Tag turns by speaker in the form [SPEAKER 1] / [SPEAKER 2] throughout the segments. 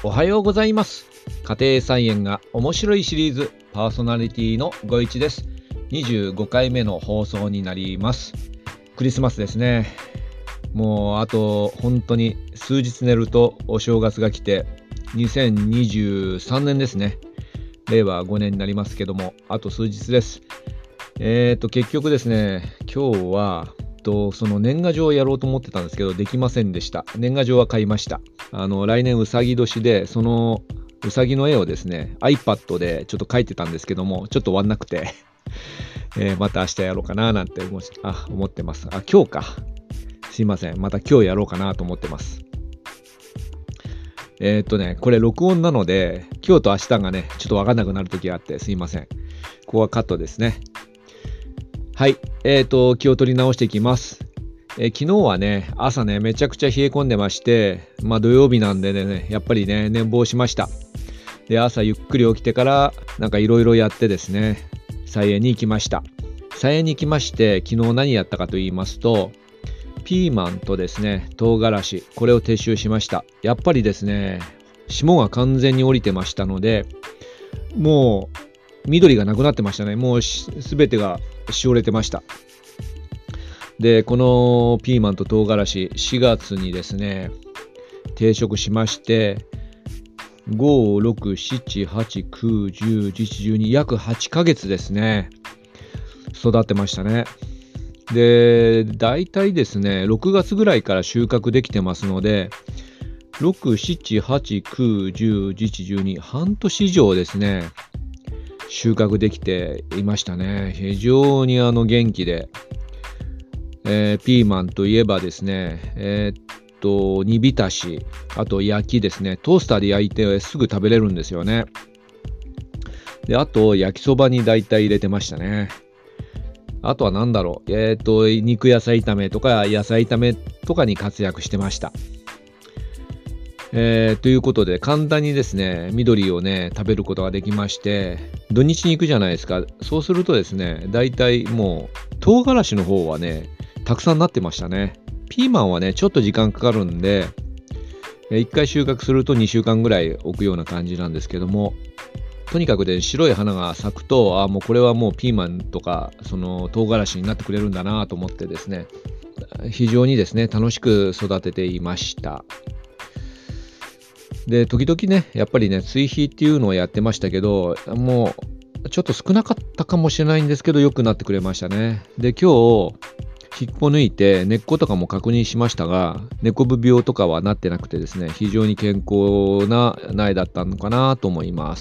[SPEAKER 1] おはようございます。家庭菜園が面白いシリーズパーソナリティのご一です。25回目の放送になります。クリスマスですね。もうあと本当に数日寝るとお正月が来て2023年ですね。令和5年になりますけども、あと数日です。結局ですね、今日はその年賀状をやろうと思ってたんですけど、できませんでした。年賀状は買いました。来年うさぎ年で、そのうさぎの絵をですね、iPad でちょっと描いてたんですけども、ちょっと終わんなくて、また明日やろうかななんて思ってます。今日か。すいません。また今日やろうかなと思ってます。これ録音なので、今日と明日がね、ちょっとわかんなくなるときがあって、すいません。ここはカットですね。はい。気を取り直していきます。昨日はね、朝ね、めちゃくちゃ冷え込んでまして、土曜日なんでね、やっぱりね、寝坊しました。で、朝ゆっくり起きてから、なんかいろいろやってですね、菜園に行きました。菜園に行きまして、昨日何やったかと言いますと、ピーマンとですね、唐辛子、これを撤収しました。やっぱりですね、霜が完全に降りてましたので、もう緑がなくなってましたね。もうすべてがしおれてました。で、このピーマンと唐辛子、4月にですね、定食しまして、5、6、7、8、9、10、11、12、約8ヶ月ですね、育ってましたね。で、大体ですね、6月ぐらいから収穫できてますので、6、7、8、9、10、11、12、半年以上ですね、収穫できていましたね。非常に元気で、ピーマンといえばですね、煮浸し、あと焼きですね、トースターで焼いてすぐ食べれるんですよね。で、あと焼きそばに大体入れてましたね。あとは何だろう、肉野菜炒めとか野菜炒めとかに活躍してました。ということで簡単にですね、緑をね、食べることができまして、土日に行くじゃないですか。そうするとですね、大体もう唐辛子の方はね、たくさんなってましたね。ピーマンはね、ちょっと時間かかるんで、1回収穫すると2週間ぐらい置くような感じなんですけども、とにかくで白い花が咲くと、もうこれはもうピーマンとか、その唐辛子になってくれるんだなと思ってですね、非常にですね、楽しく育てていました。で、時々ね、やっぱりね、追肥っていうのをやってましたけど、もうちょっと少なかったかもしれないんですけど、良くなってくれましたね。で、今日、引っこ抜いて根っことかも確認しましたが、根こぶ病とかはなってなくてですね、非常に健康な苗だったのかなと思います。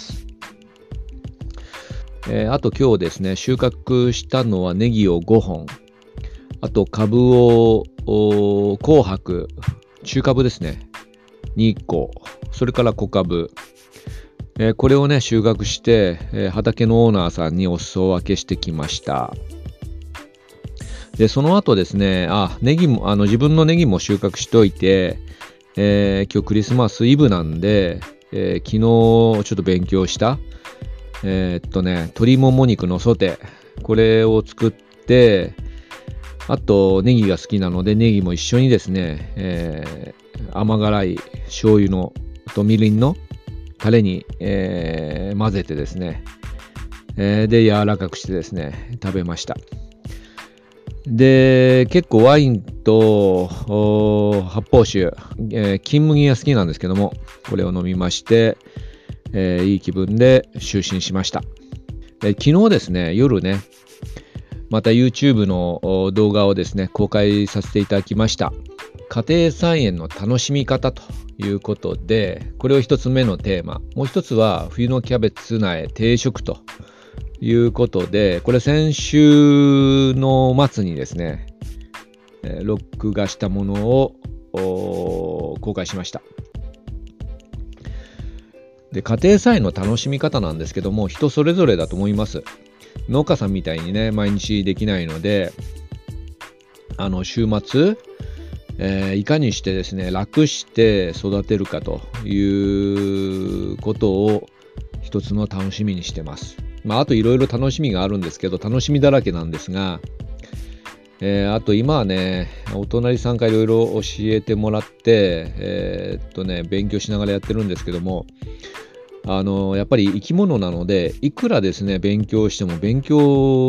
[SPEAKER 1] あと今日ですね、収穫したのはネギを5本、あと株を紅白、中株ですね、2個、それから小株、これをね、収穫して、畑のオーナーさんにお裾分けしてきました。で、その後ですね、ネギも、自分のネギも収穫しておいて、今日クリスマスイブなんで、昨日ちょっと勉強した、鶏もも肉のソテー、これを作って、あとネギが好きなので、ネギも一緒にですね、甘辛い醤油のとみりんのタレに、混ぜてですね、で、柔らかくしてですね、食べました。で、結構ワインと発泡酒、金麦が好きなんですけども、これを飲みまして、いい気分で就寝しました。昨日ですね、夜ね、また YouTube の動画をですね、公開させていただきました。家庭菜園の楽しみ方ということで、これを一つ目のテーマ。もう一つは冬のキャベツ苗定食ということで、これ先週の末にですね、録画したものを公開しました。で、家庭菜園の楽しみ方なんですけども、人それぞれだと思います。農家さんみたいにね、毎日できないので、週末、いかにしてですね、楽して育てるかということを一つの楽しみにしてます。あといろいろ楽しみがあるんですけど、楽しみだらけなんですが、 あと今はね、お隣さんからいろいろ教えてもらって、勉強しながらやってるんですけども、やっぱり生き物なので、いくらですね、勉強しても勉強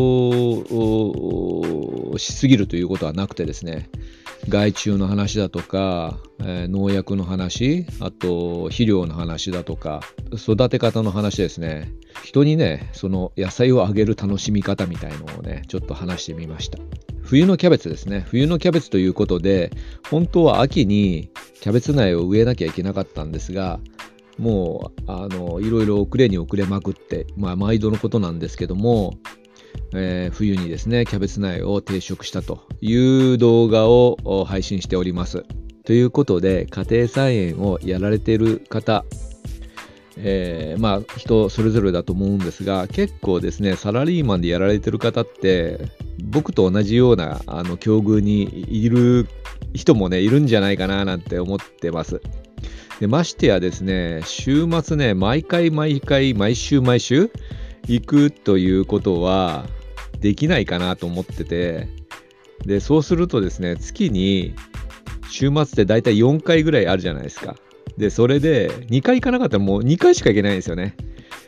[SPEAKER 1] をしすぎるということはなくてですね、害虫の話だとか、農薬の話、あと肥料の話だとか、育て方の話ですね。人にね、その野菜をあげる楽しみ方みたいのをね、ちょっと話してみました。冬のキャベツですね。冬のキャベツということで、本当は秋にキャベツ苗を植えなきゃいけなかったんですが、もういろいろ遅れに遅れまくって、毎度のことなんですけども、冬にですねキャベツ苗を定食したという動画を配信しております。ということで、家庭菜園をやられている方、人それぞれだと思うんですが、結構ですねサラリーマンでやられてる方って僕と同じような境遇にいる人もねいるんじゃないかななんて思ってます。でましてやですね、週末ね、毎週行くということはできないかなと思ってて、で、そうするとですね、月に週末ってだいたい4回ぐらいあるじゃないですか。で、それで2回行かなかったらもう2回しか行けないんですよね。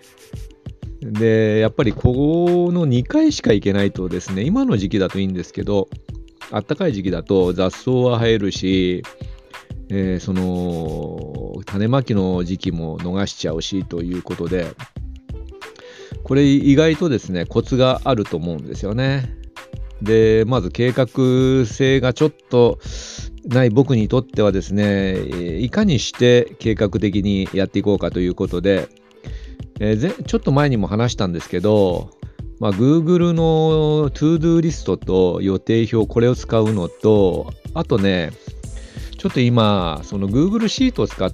[SPEAKER 1] で、やっぱりこの2回しか行けないとですね、今の時期だといいんですけど、あったかい時期だと雑草は生えるし、その種まきの時期も逃しちゃうしということで、これ意外とですねコツがあると思うんですよね。でまず計画性がちょっとない僕にとってはですね、いかにして計画的にやっていこうかということで、ちょっと前にも話したんですけど、Google の To-Do リストと予定表、これを使うのと、あとね、ちょっと今、その Google シートを使って、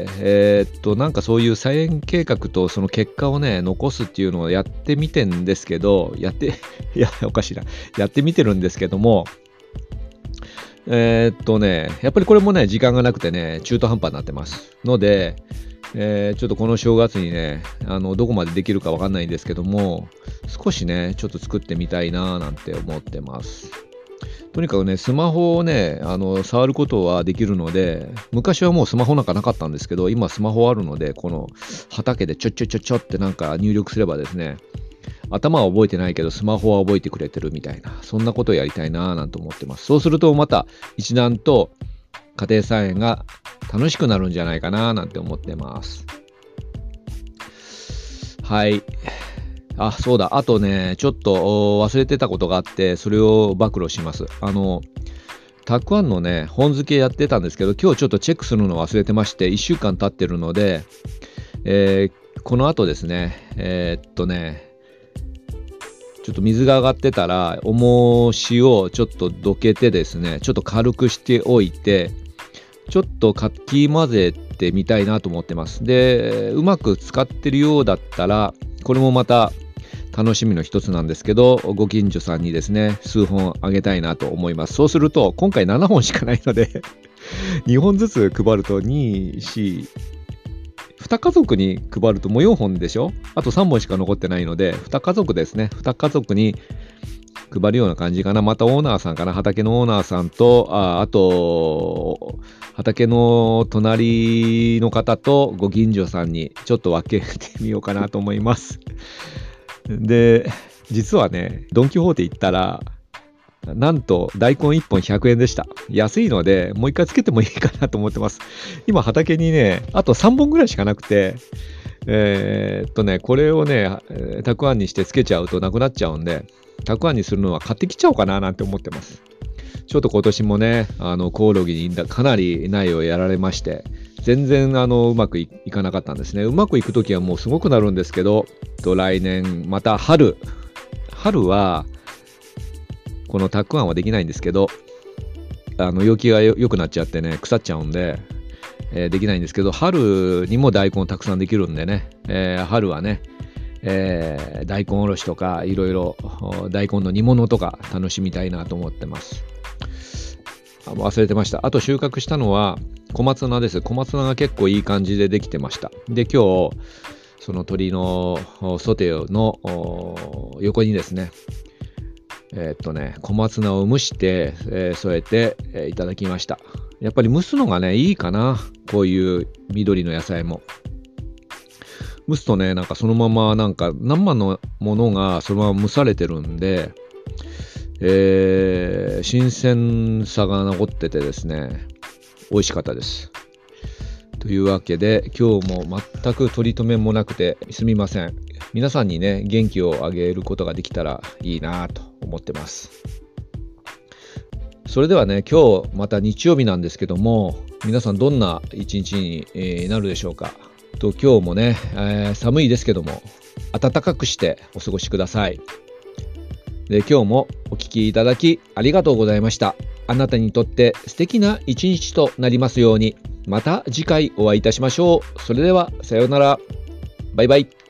[SPEAKER 1] なんかそういう菜園計画とその結果をね、残すっていうのをやってみてんですけど、おかしいな。やってみてるんですけども、やっぱりこれもね、時間がなくてね、中途半端になってますので、ちょっとこの正月にね、どこまでできるかわかんないんですけども、少しね、ちょっと作ってみたいななんて思ってます。とにかくね、スマホをね、触ることはできるので、昔はもうスマホなんかなかったんですけど、今スマホあるので、この畑でちょってなんか入力すればですね、頭は覚えてないけど、スマホは覚えてくれてるみたいな、そんなことをやりたいなぁなんて思ってます。そうするとまた一段と家庭菜園が楽しくなるんじゃないかななんて思ってます。はい。そうだ。あとね、ちょっと忘れてたことがあって、それを暴露します。たくあんのね、本漬けやってたんですけど、今日ちょっとチェックするの忘れてまして、1週間経ってるので、この後ですね、ちょっと水が上がってたら、重しをちょっとどけてですね、ちょっと軽くしておいて、ちょっとかき混ぜてみたいなと思ってます。で、うまく使ってるようだったら、これもまた楽しみの一つなんですけど、ご近所さんにですね、数本あげたいなと思います。そうすると、今回7本しかないので2本ずつ配ると2、4、2家族に配るともう4本でしょ。あと3本しか残ってないので、2家族ですね。2家族に配るような感じかな。またオーナーさんかな。畑のオーナーさんと、あと、畑の隣の方とご近所さんにちょっと分けてみようかなと思います。で、実はね、ドン・キホーテ行ったら、なんと大根1本100円でした。安いので、もう一回つけてもいいかなと思ってます。今畑にね、あと3本ぐらいしかなくて、これをね、たくあんにしてつけちゃうとなくなっちゃうんで、たくあんにするのは買ってきちゃおうかななんて思ってます。ちょっと今年もね、コオロギにかなり苗をやられまして、全然うまくいかなかったんですね。うまくいくときはもうすごくなるんですけど、来年、また春は、このたくあんはできないんですけど、陽気が良くなっちゃってね、腐っちゃうんで、できないんですけど、春にも大根たくさんできるんでね、春はね、大根おろしとかいろいろ大根の煮物とか楽しみたいなと思ってます。忘れてました。あと収穫したのは小松菜です。小松菜が結構いい感じでできてました。で、今日その鶏のソテーの横にですね、 小松菜を蒸して、添えて、いただきました。やっぱり蒸すのがね、いいかな。こういう緑の野菜も。蒸すとね、なんかそのままなんか生のものがそのまま蒸されてるんで、新鮮さが残っててですね、美味しかったです。というわけで、今日も全く取り留めもなくてすみません。皆さんにね、元気をあげることができたらいいなと思ってます。それではね、今日また日曜日なんですけども、皆さんどんな一日になるでしょうか。今日もね、寒いですけども、暖かくしてお過ごしください。で、今日もお聞きいただきありがとうございました。あなたにとって素敵な一日となりますように、また次回お会いいたしましょう。それでは、さようなら。バイバイ。